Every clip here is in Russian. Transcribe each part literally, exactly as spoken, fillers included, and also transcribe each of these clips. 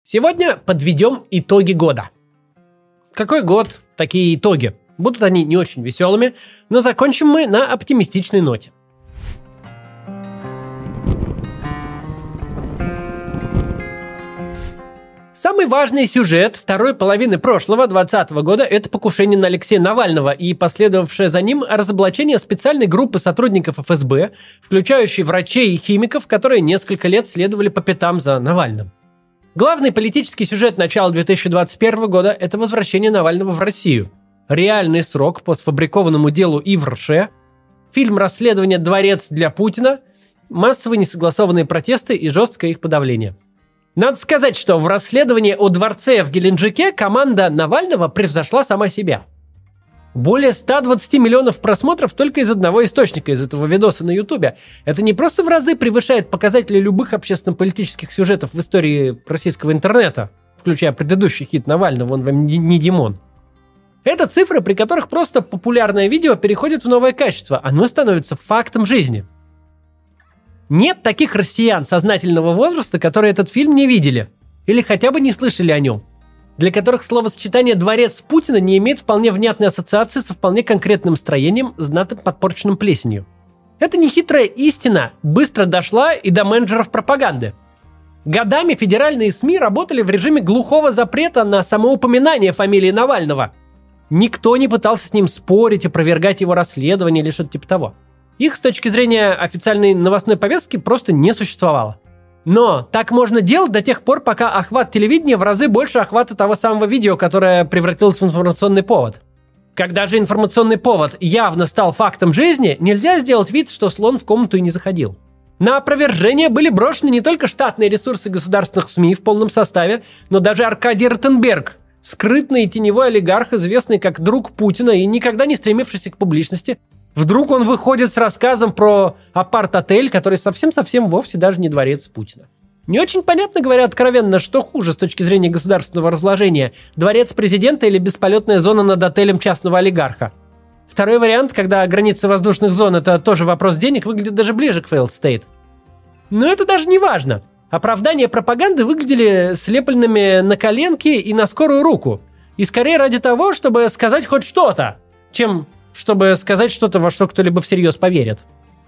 Сегодня подведем итоги года. Какой год, такие итоги. Будут они не очень веселыми, но закончим мы на оптимистичной ноте. Самый важный сюжет второй половины прошлого, двадцатого года, это покушение на Алексея Навального и последовавшее за ним разоблачение специальной группы сотрудников эф эс бэ, включающей врачей и химиков, которые несколько лет следовали по пятам за Навальным. Главный политический сюжет начала две тысячи двадцать первого года – это возвращение Навального в Россию. Реальный срок по сфабрикованному делу Иврше, фильм расследования «Дворец для Путина», массовые несогласованные протесты и жесткое их подавление. Надо сказать, что в расследовании о дворце в Геленджике команда Навального превзошла сама себя. Более ста двадцати миллионов просмотров только из одного источника, из этого видоса на Ютубе. Это не просто в разы превышает показатели любых общественно-политических сюжетов в истории российского интернета, включая предыдущий хит Навального, он вам не Димон. Это цифры, при которых просто популярное видео переходит в новое качество, оно становится фактом жизни. Нет таких россиян сознательного возраста, которые этот фильм не видели или хотя бы не слышали о нем, для которых словосочетание «дворец Путина» не имеет вполне внятной ассоциации со вполне конкретным строением, знатным подпорченным плесенью. Эта нехитрая истина быстро дошла и до менеджеров пропаганды. Годами федеральные СМИ работали в режиме глухого запрета на самоупоминание фамилии Навального. Никто не пытался с ним спорить, опровергать его расследование или что-то типа того. Их с точки зрения официальной новостной повестки просто не существовало. Но так можно делать до тех пор, пока охват телевидения в разы больше охвата того самого видео, которое превратилось в информационный повод. Когда же информационный повод явно стал фактом жизни, нельзя сделать вид, что слон в комнату и не заходил. На опровержение были брошены не только штатные ресурсы государственных СМИ в полном составе, но даже Аркадий Ротенберг, скрытный и теневой олигарх, известный как друг Путина и никогда не стремившийся к публичности. Вдруг он выходит с рассказом про апарт-отель, который совсем-совсем вовсе даже не дворец Путина. Не очень понятно, говоря откровенно, что хуже с точки зрения государственного разложения – дворец президента или бесполетная зона над отелем частного олигарха. Второй вариант, когда границы воздушных зон – это тоже вопрос денег, выглядит даже ближе к failed state. Но это даже не важно. Оправдания пропаганды выглядели слепленными на коленки и на скорую руку. И скорее ради того, чтобы сказать хоть что-то, чем чтобы сказать что-то, во что кто-либо всерьез поверит.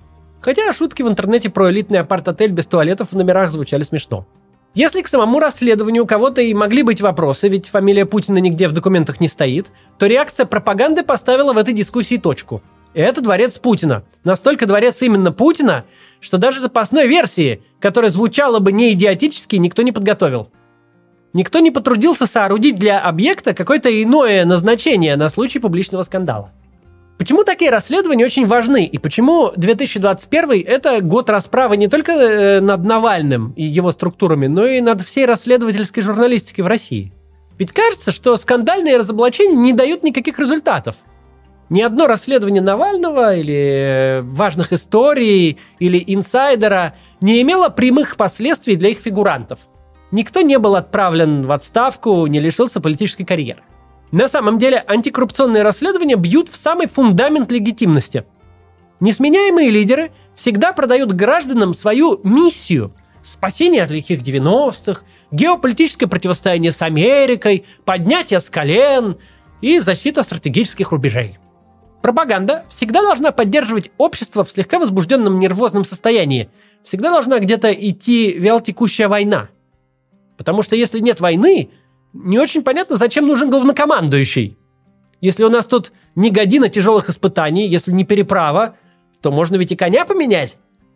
Хотя шутки в интернете про элитный апарт-отель без туалетов в номерах звучали смешно. Если к самому расследованию у кого-то и могли быть вопросы, ведь фамилия Путина нигде в документах не стоит, то реакция пропаганды поставила в этой дискуссии точку. И это дворец Путина. Настолько дворец именно Путина, что даже запасной версии, которая звучала бы не идиотически, никто не подготовил. Никто не потрудился соорудить для объекта какое-то иное назначение на случай публичного скандала. Почему такие расследования очень важны? И почему две тысячи двадцать первый – это год расправы не только над Навальным и его структурами, но и над всей расследовательской журналистикой в России? Ведь кажется, что скандальные разоблачения не дают никаких результатов. Ни одно расследование Навального или важных историй или инсайдера не имело прямых последствий для их фигурантов. Никто не был отправлен в отставку, не лишился политической карьеры. На самом деле, антикоррупционные расследования бьют в самый фундамент легитимности. Несменяемые лидеры всегда продают гражданам свою миссию – спасение от лихих девяностых, геополитическое противостояние с Америкой, поднятие с колен и защита стратегических рубежей. Пропаганда всегда должна поддерживать общество в слегка возбужденном нервозном состоянии. Всегда должна где-то идти вялотекущая война. Потому что если нет войны, не очень понятно, зачем нужен главнокомандующий. Если у нас тут не година тяжелых испытаний, если не переправа, то можно ведь и коня поменять.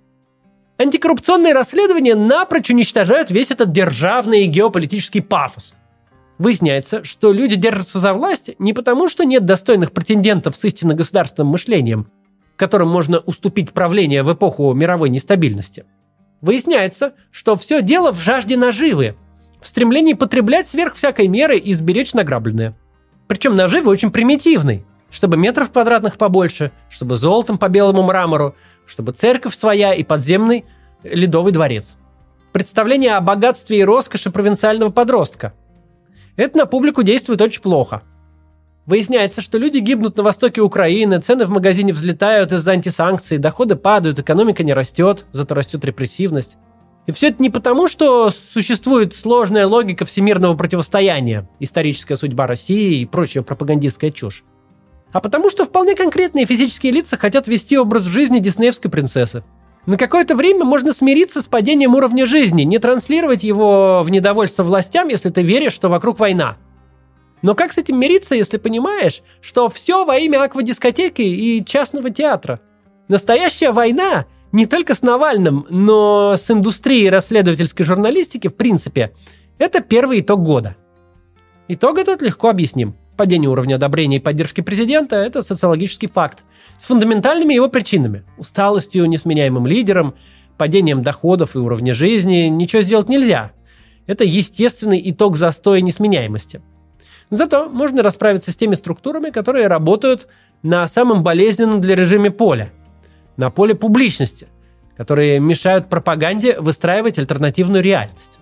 Антикоррупционные расследования напрочь уничтожают весь этот державный и геополитический пафос. Выясняется, что люди держатся за власть не потому, что нет достойных претендентов с истинно государственным мышлением, которым можно уступить правление в эпоху мировой нестабильности. Выясняется, что все дело в жажде наживы, в стремлении потреблять сверх всякой меры и сберечь награбленное. Причем наживы очень примитивный, чтобы метров квадратных побольше, чтобы золотом по белому мрамору, чтобы церковь своя и подземный ледовый дворец. Представление о богатстве и роскоши провинциального подростка. Это на публику действует очень плохо. Выясняется, что люди гибнут на востоке Украины, цены в магазине взлетают из-за антисанкций, доходы падают, экономика не растет, зато растет репрессивность. И все это не потому, что существует сложная логика всемирного противостояния, историческая судьба России и прочая пропагандистская чушь, а потому что вполне конкретные физические лица хотят вести образ жизни диснеевской принцессы. На какое-то время можно смириться с падением уровня жизни, не транслировать его в недовольство властям, если ты веришь, что вокруг война. Но как с этим мириться, если понимаешь, что все во имя аквадискотеки и частного театра? Настоящая война не только с Навальным, но с индустрией расследовательской журналистики, в принципе, это первый итог года. Итог этот легко объясним. Падение уровня одобрения и поддержки президента – это социологический факт с фундаментальными его причинами. Усталостью, несменяемым лидером, падением доходов и уровня жизни ничего сделать нельзя. Это естественный итог застоя несменяемости. Зато можно расправиться с теми структурами, которые работают на самом болезненном для режима поле – на поле публичности, которые мешают пропаганде выстраивать альтернативную реальность.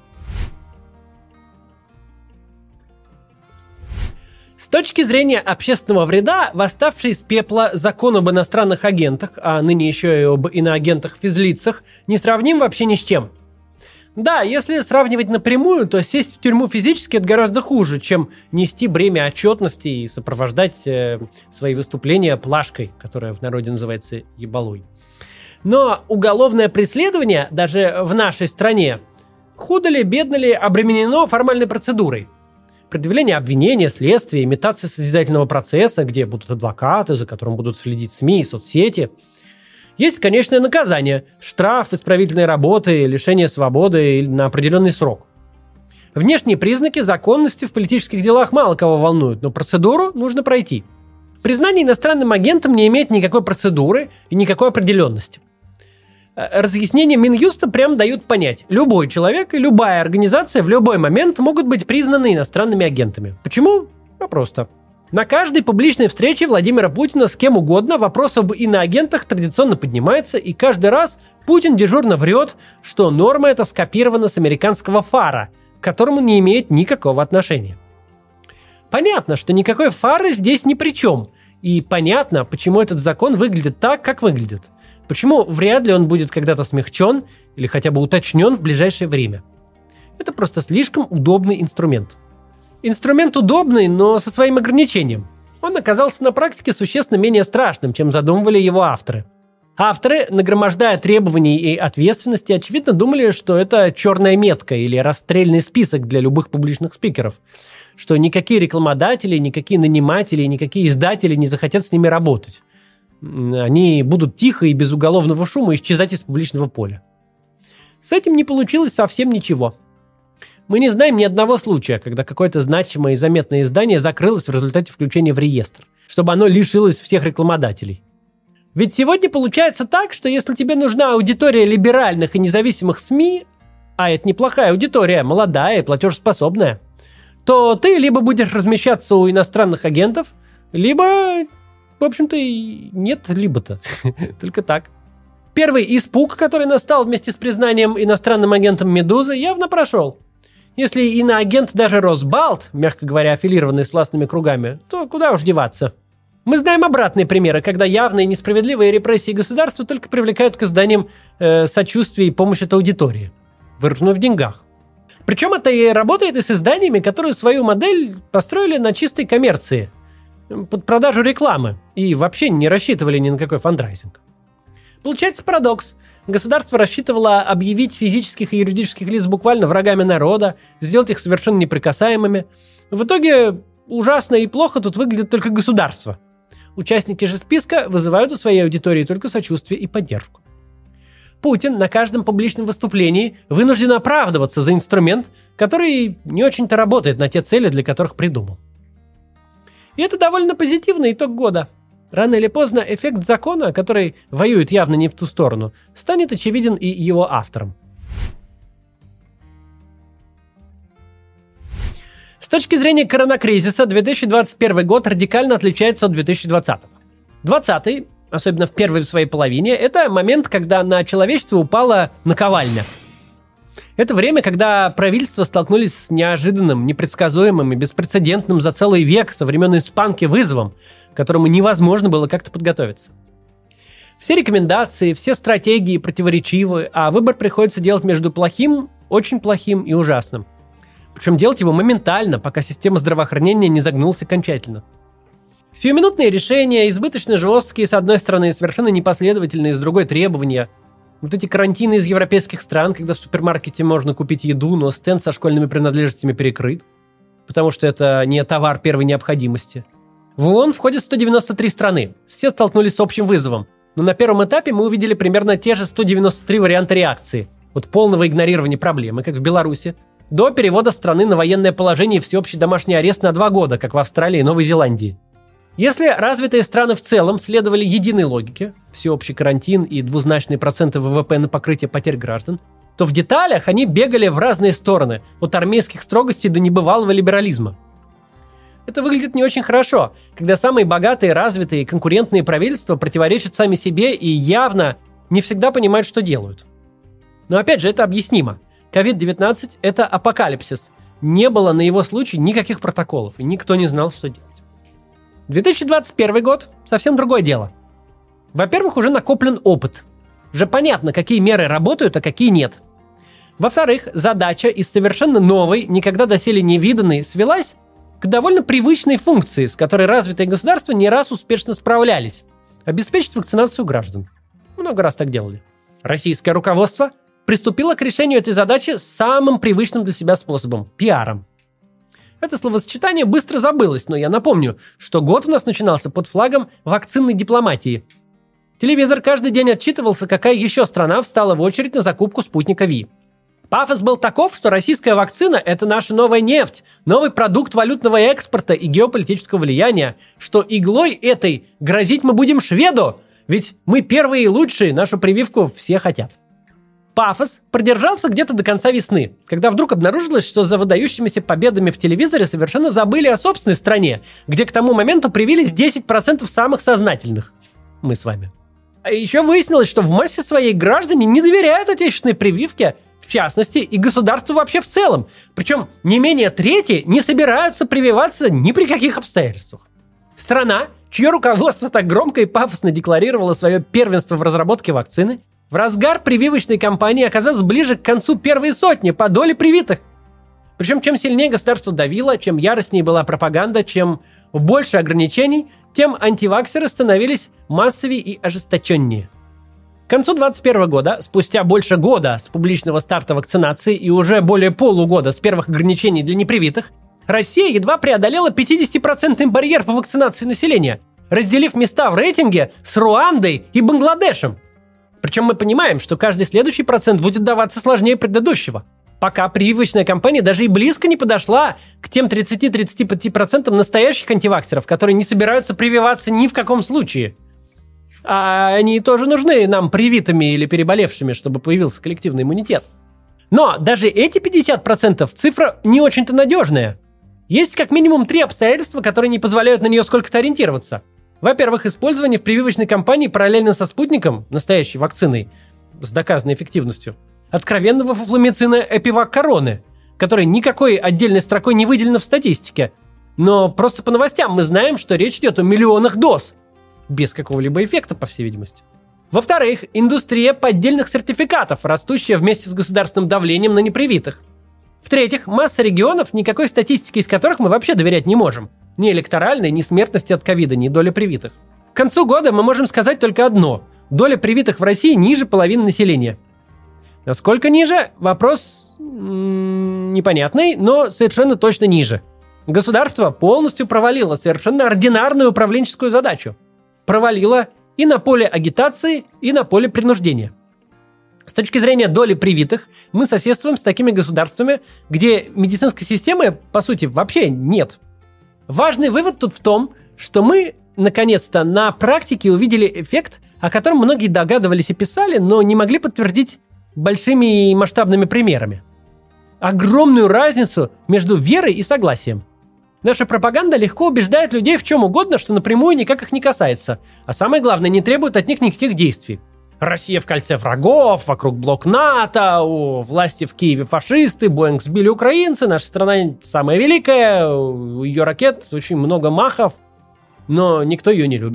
С точки зрения общественного вреда, восставший из пепла закон об иностранных агентах, а ныне еще и об иноагентах-физлицах, не сравним вообще ни с чем. Да, если сравнивать напрямую, то сесть в тюрьму физически – это гораздо хуже, чем нести бремя отчетности и сопровождать э, свои выступления плашкой, которая в народе называется ебалой. Но уголовное преследование, даже в нашей стране, худо ли, бедно ли, обременено формальной процедурой. Предъявление обвинения, следствие, имитация состязательного процесса, где будут адвокаты, за которым будут следить СМИ и соцсети. Есть конечное наказание – штраф, исправительные работы, лишение свободы на определенный срок. Внешние признаки законности в политических делах мало кого волнуют, но процедуру нужно пройти. Признание иностранным агентом не имеет никакой процедуры и никакой определенности. Разъяснения Минюста прямо дают понять – любой человек и любая организация в любой момент могут быть признаны иностранными агентами. Почему? А просто. На каждой публичной встрече Владимира Путина с кем угодно вопрос об иноагентах традиционно поднимается, и каждый раз Путин дежурно врет, что норма эта скопирована с американского ФАРа, к которому не имеет никакого отношения. Понятно, что никакой ФАРа здесь ни при чем, и понятно, почему этот закон выглядит так, как выглядит. Почему вряд ли он будет когда-то смягчен или хотя бы уточнен в ближайшее время. Это просто слишком удобный инструмент. Инструмент удобный, но со своим ограничением. Он оказался на практике существенно менее страшным, чем задумывали его авторы. Авторы, нагромождая требований и ответственности, очевидно думали, что это черная метка или расстрельный список для любых публичных спикеров, что никакие рекламодатели, никакие наниматели, никакие издатели не захотят с ними работать. Они будут тихо и без уголовного шума исчезать из публичного поля. С этим не получилось совсем ничего. Мы не знаем ни одного случая, когда какое-то значимое и заметное издание закрылось в результате включения в реестр, чтобы оно лишилось всех рекламодателей. Ведь сегодня получается так, что если тебе нужна аудитория либеральных и независимых СМИ, а это неплохая аудитория, молодая и платежеспособная, то ты либо будешь размещаться у иностранных агентов, либо, в общем-то, и нет либо-то. Только так. Первый испуг, который настал вместе с признанием иностранным агентом «Медузы», явно прошел. Если иноагент даже Росбалт, мягко говоря, аффилированный с властными кругами, то куда уж деваться. Мы знаем обратные примеры, когда явные несправедливые репрессии государства только привлекают к изданиям э, сочувствие и помощь от аудитории, выраженную в деньгах. Причем это и работает и с изданиями, которые свою модель построили на чистой коммерции, под продажу рекламы, и вообще не рассчитывали ни на какой фандрайзинг. Получается парадокс. Государство рассчитывало объявить физических и юридических лиц буквально врагами народа, сделать их совершенно неприкасаемыми. В итоге ужасно и плохо тут выглядит только государство. Участники же списка вызывают у своей аудитории только сочувствие и поддержку. Путин на каждом публичном выступлении вынужден оправдываться за инструмент, который не очень-то работает на те цели, для которых придумал. И это довольно позитивный итог года. Рано или поздно эффект закона, который воюет явно не в ту сторону, станет очевиден и его авторам. С точки зрения коронакризиса, две тысячи двадцать первый год радикально отличается от две тысячи двадцатого. двадцатый, особенно в первой своей половине, это момент, когда на человечество упала наковальня. Это время, когда правительства столкнулись с неожиданным, непредсказуемым и беспрецедентным за целый век со времен испанки вызовом, к которому невозможно было как-то подготовиться. Все рекомендации, все стратегии противоречивы, а выбор приходится делать между плохим, очень плохим и ужасным. Причем делать его моментально, пока система здравоохранения не загнулась окончательно. Сиюминутные решения, избыточно жесткие с одной стороны, совершенно непоследовательные с другой требования. Вот эти карантины из европейских стран, когда в супермаркете можно купить еду, но стенд со школьными принадлежностями перекрыт, потому что это не товар первой необходимости. В ООН входят сто девяносто три страны. Все столкнулись с общим вызовом. Но на первом этапе мы увидели примерно те же сто девяносто три варианта реакции. От полного игнорирования проблемы, как в Беларуси, до перевода страны на военное положение и всеобщий домашний арест на два года, как в Австралии и Новой Зеландии. Если развитые страны в целом следовали единой логике, всеобщий карантин и двузначные проценты ВВП на покрытие потерь граждан, то в деталях они бегали в разные стороны, от армейских строгостей до небывалого либерализма. Это выглядит не очень хорошо, когда самые богатые, развитые и конкурентные правительства противоречат сами себе и явно не всегда понимают, что делают. Но опять же, это объяснимо. ковид девятнадцать – это апокалипсис. Не было на его случай никаких протоколов, и никто не знал, что делать. две тысячи двадцать первый год – совсем другое дело. Во-первых, уже накоплен опыт. Уже понятно, какие меры работают, а какие нет. Во-вторых, задача из совершенно новой, никогда доселе не виданной, свелась к довольно привычной функции, с которой развитые государства не раз успешно справлялись – обеспечить вакцинацию граждан. Много раз так делали. Российское руководство приступило к решению этой задачи самым привычным для себя способом – пиаром. Это словосочетание быстро забылось, но я напомню, что год у нас начинался под флагом вакцинной дипломатии. Телевизор каждый день отчитывался, какая еще страна встала в очередь на закупку спутника Ви. Пафос был таков, что российская вакцина – это наша новая нефть, новый продукт валютного экспорта и геополитического влияния, что иглой этой грозить мы будем шведу, ведь мы первые и лучшие, нашу прививку все хотят. Пафос продержался где-то до конца весны, когда вдруг обнаружилось, что за выдающимися победами в телевизоре совершенно забыли о собственной стране, где к тому моменту привились десять процентов самых сознательных. Мы с вами. А еще выяснилось, что в массе своей граждане не доверяют отечественной прививке, в частности, и государству вообще в целом. Причем не менее трети не собираются прививаться ни при каких обстоятельствах. Страна, чье руководство так громко и пафосно декларировало свое первенство в разработке вакцины, в разгар прививочной кампании оказалась ближе к концу первой сотни по доле привитых. Причем чем сильнее государство давило, чем яростнее была пропаганда, чем больше ограничений, тем антиваксеры становились массовее и ожесточеннее. К концу двадцать первого года, спустя больше года с публичного старта вакцинации и уже более полугода с первых ограничений для непривитых, Россия едва преодолела пятидесятипроцентный барьер по вакцинации населения, разделив места в рейтинге с Руандой и Бангладешем. Причем мы понимаем, что каждый следующий процент будет даваться сложнее предыдущего, пока прививочная кампания даже и близко не подошла к тем тридцати-тридцати пяти процентам настоящих антиваксеров, которые не собираются прививаться ни в каком случае. А они тоже нужны нам привитыми или переболевшими, чтобы появился коллективный иммунитет. Но даже эти пятьдесят процентов цифра не очень-то надежная. Есть как минимум три обстоятельства, которые не позволяют на нее сколько-то ориентироваться. Во-первых, использование в прививочной кампании параллельно со спутником, настоящей вакциной, с доказанной эффективностью, откровенного фуфломицина Эпивак Короны, который никакой отдельной строкой не выделено в статистике. Но просто по новостям мы знаем, что речь идет о миллионах доз. Без какого-либо эффекта, по всей видимости. Во-вторых, индустрия поддельных сертификатов, растущая вместе с государственным давлением на непривитых. В-третьих, масса регионов, никакой статистики из которых мы вообще доверять не можем. Ни электоральной, ни смертности от ковида, ни доли привитых. К концу года мы можем сказать только одно. Доля привитых в России ниже половины населения. Насколько ниже? Вопрос м- непонятный, но совершенно точно ниже. Государство полностью провалило совершенно ординарную управленческую задачу. Провалило и на поле агитации, и на поле принуждения. С точки зрения доли привитых, мы соседствуем с такими государствами, где медицинской системы, по сути, вообще нет. Важный вывод тут в том, что мы, наконец-то, на практике увидели эффект, о котором многие догадывались и писали, но не могли подтвердить большими и масштабными примерами. Огромную разницу между верой и согласием. Наша пропаганда легко убеждает людей в чем угодно, что напрямую никак их не касается, а самое главное, не требует от них никаких действий. Россия в кольце врагов, вокруг блок НАТО, у власти в Киеве фашисты, Боинг сбили украинцы, наша страна самая великая, у ее ракет очень много махов, но никто ее не любит.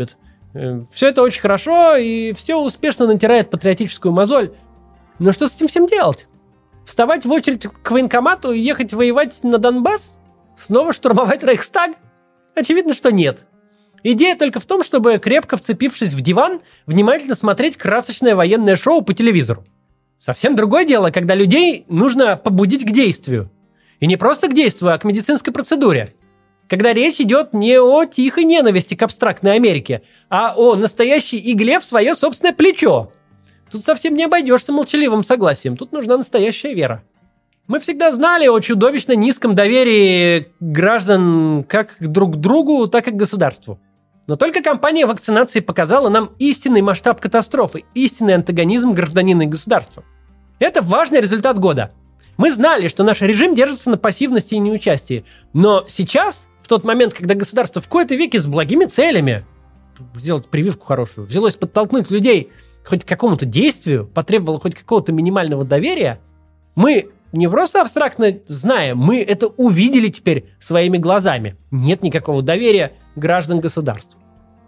Все это очень хорошо, и все успешно натирает патриотическую мозоль. Но что с этим всем делать? Вставать в очередь к военкомату и ехать воевать на Донбасс? Снова штурмовать Рейхстаг? Очевидно, что нет. Идея только в том, чтобы, крепко вцепившись в диван, внимательно смотреть красочное военное шоу по телевизору. Совсем другое дело, когда людей нужно побудить к действию. И не просто к действию, а к медицинской процедуре. Когда речь идет не о тихой ненависти к абстрактной Америке, а о настоящей игле в свое собственное плечо. Тут совсем не обойдешься молчаливым согласием, тут нужна настоящая вера. Мы всегда знали о чудовищно низком доверии граждан как друг к другу, так и к государству. Но только кампания вакцинации показала нам истинный масштаб катастрофы, истинный антагонизм гражданина и государства. Это важный результат года. Мы знали, что наш режим держится на пассивности и неучастии. Но сейчас, в тот момент, когда государство в кои-то веки с благими целями, сделать прививку хорошую, взялось подтолкнуть людей хоть к какому-то действию, потребовало хоть какого-то минимального доверия, мы не просто абстрактно знаем, мы это увидели теперь своими глазами. Нет никакого доверия граждан государству.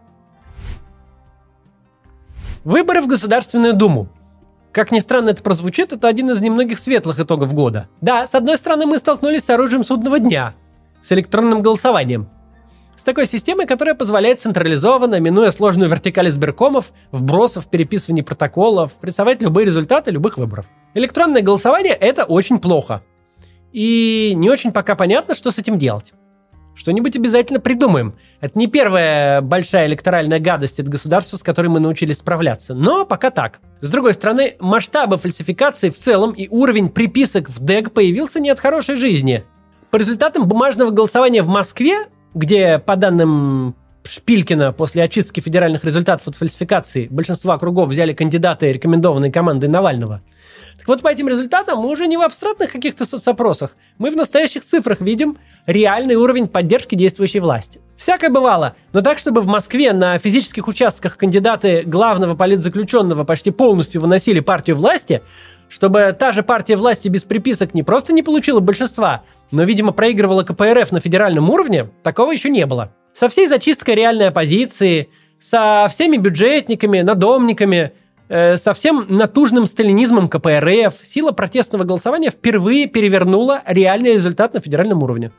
Выборы в Государственную Думу. Как ни странно это прозвучит, это один из немногих светлых итогов года. Да, с одной стороны, мы столкнулись с оружием судного дня, с электронным голосованием. С такой системой, которая позволяет централизованно, минуя сложную вертикаль избиркомов, вбросов, переписываний протоколов, рисовать любые результаты любых выборов. Электронное голосование – это очень плохо. И не очень пока понятно, что с этим делать. Что-нибудь обязательно придумаем. Это не первая большая электоральная гадость от государства, с которой мы научились справляться. Но пока так. С другой стороны, масштабы фальсификации в целом и уровень приписок в ДЭГ появился не от хорошей жизни. По результатам бумажного голосования в Москве, где, по данным Шпилькина, после очистки федеральных результатов от фальсификации большинство округов взяли кандидаты, рекомендованные командой Навального. Так вот, по этим результатам мы уже не в абстрактных каких-то соцопросах, мы в настоящих цифрах видим реальный уровень поддержки действующей власти. Всякое бывало, но так, чтобы в Москве на физических участках кандидаты главного политзаключенного почти полностью выносили партию власти, чтобы та же партия власти без приписок не просто не получила большинства, но, видимо, проигрывала ка пэ эр эф на федеральном уровне, такого еще не было. Со всей зачисткой реальной оппозиции, со всеми бюджетниками, надомниками, э, со всем натужным сталинизмом ка пэ эр эф сила протестного голосования впервые перевернула реальный результат на федеральном уровне.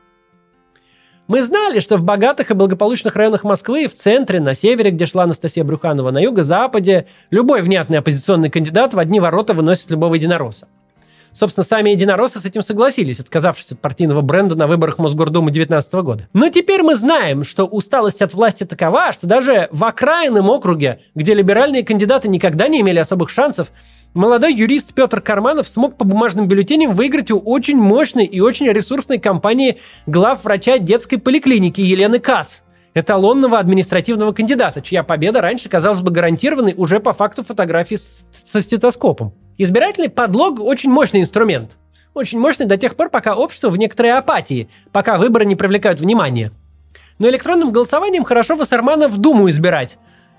Мы знали, что в богатых и благополучных районах Москвы, в центре, на севере, где шла Анастасия Брюханова, на юго-западе, любой внятный оппозиционный кандидат в одни ворота выносит любого единоросса. Собственно, сами единороссы с этим согласились, отказавшись от партийного бренда на выборах Мосгордумы две тысячи девятнадцатого года. Но теперь мы знаем, что усталость от власти такова, что даже в окраинном округе, где либеральные кандидаты никогда не имели особых шансов, молодой юрист Петр Карманов смог по бумажным бюллетеням выиграть у очень мощной и очень ресурсной компании главврача детской поликлиники Елены Кац, эталонного административного кандидата, чья победа раньше казалась бы гарантированной уже по факту фотографии со стетоскопом. Избирательный подлог – очень мощный инструмент. Очень мощный до тех пор, пока общество в некоторой апатии, пока выборы не привлекают внимания. Но электронным голосованием хорошо Вассермана в Думу избирать.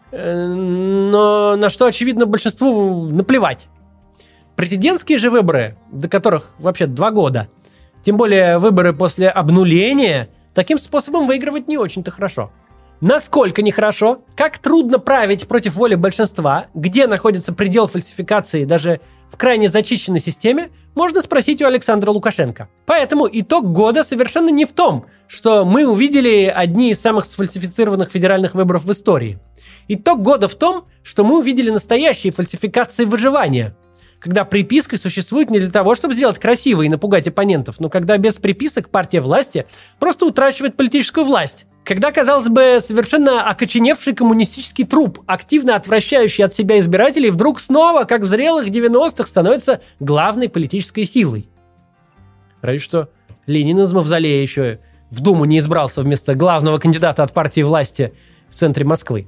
Но на что, очевидно, большинству наплевать. Президентские же выборы, до которых вообще два года, тем более выборы после обнуления, таким способом выигрывать не очень-то хорошо. Насколько нехорошо, как трудно править против воли большинства, где находится предел фальсификации даже в крайне зачищенной системе, можно спросить у Александра Лукашенко. Поэтому итог года совершенно не в том, что мы увидели одни из самых сфальсифицированных федеральных выборов в истории. Итог года в том, что мы увидели настоящие фальсификации выживания, когда приписка существует не для того, чтобы сделать красиво и напугать оппонентов, но когда без приписок партия власти просто утрачивает политическую власть. Когда, казалось бы, совершенно окоченевший коммунистический труп, активно отвращающий от себя избирателей, вдруг снова, как в зрелых девяностых, становится главной политической силой. Разве что Ленин из Мавзолея еще в Думу не избрался вместо главного кандидата от партии власти в центре Москвы.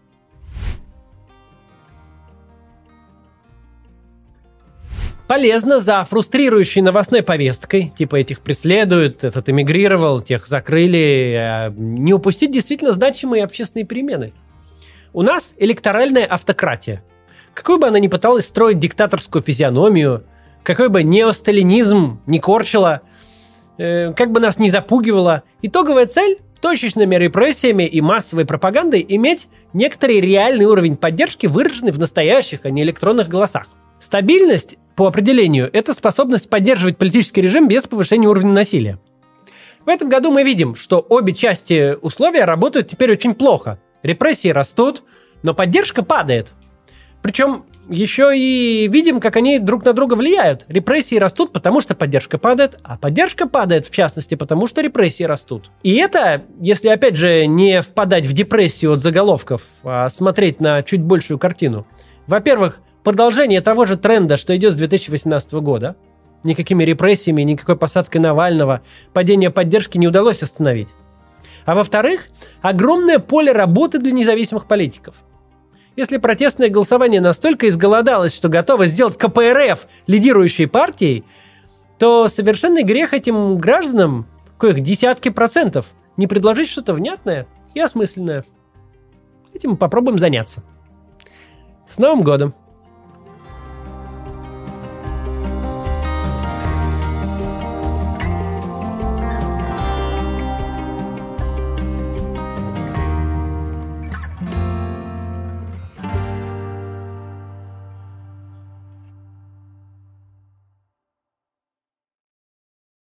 Полезно за фрустрирующей новостной повесткой, типа этих преследуют, этот эмигрировал, тех закрыли, не упустить действительно значимые общественные перемены. У нас электоральная автократия. Какой бы она ни пыталась строить диктаторскую физиономию, какой бы неосталинизм ни корчила, э, как бы нас ни запугивала, итоговая цель точечными репрессиями и массовой пропагандой иметь некоторый реальный уровень поддержки, выраженный в настоящих, а не электронных голосах. Стабильность, по определению, это способность поддерживать политический режим без повышения уровня насилия. В этом году мы видим, что обе части условия работают теперь очень плохо. Репрессии растут, но поддержка падает. Причем еще и видим, как они друг на друга влияют. Репрессии растут, потому что поддержка падает, а поддержка падает, в частности, потому что репрессии растут. И это, если, опять же, не впадать в депрессию от заголовков, а смотреть на чуть большую картину. Во-первых, продолжение того же тренда, что идет с две тысячи восемнадцатого года. Никакими репрессиями, никакой посадкой Навального падение поддержки не удалось остановить. А во-вторых, огромное поле работы для независимых политиков. Если протестное голосование настолько изголодалось, что готово сделать ка пэ эр эф лидирующей партией, то совершенный грех этим гражданам, коих десятки процентов, не предложить что-то внятное и осмысленное. Этим мы попробуем заняться. С Новым годом!